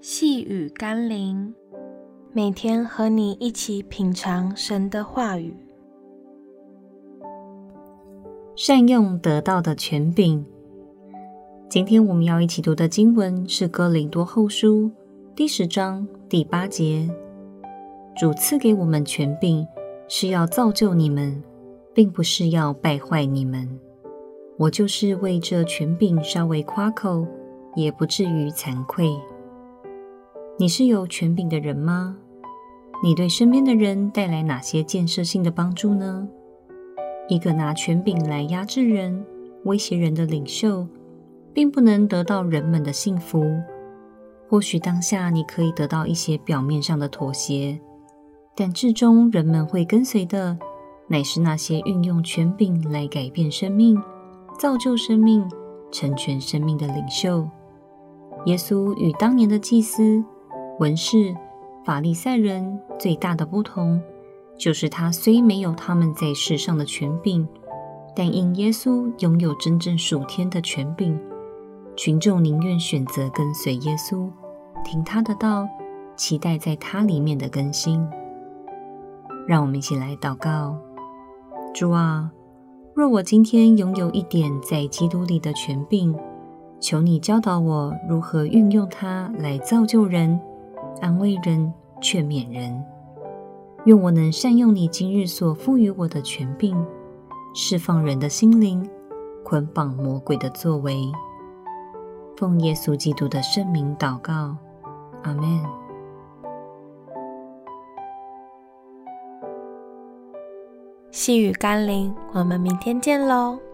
细雨甘霖，每天和你一起品尝神的话语。 善用得到的权柄。今天我们要一起读的经文是哥林多后书第10章第8节。主赐给我们权柄，是要造就你们，并不是要败坏你们。我就是为这权柄稍微夸口，也不至于惭愧。你是有权柄的人吗？你对身边的人带来哪些建设性的帮助呢？一个拿权柄来压制人、威胁人的领袖，并不能得到人们的幸福。或许当下你可以得到一些表面上的妥协，但至终人们会跟随的，乃是那些运用权柄来改变生命、造就生命、成全生命的领袖。耶稣与当年的祭司、文士、法利赛人最大的不同，就是他虽没有他们在世上的权柄，但因耶稣拥有真正属天的权柄，群众宁愿选择跟随耶稣，听他的道，期待在他里面的更新。让我们一起来祷告。主啊，若我今天拥有一点在基督里的权柄，求你教导我如何运用它来造就人、安慰人、劝勉人。愿我能善用你今日所赋予我的权柄，释放人的心灵，捆绑魔鬼的作为。奉耶稣基督的圣名祷告，阿们。 细雨甘霖，我们明天见喽。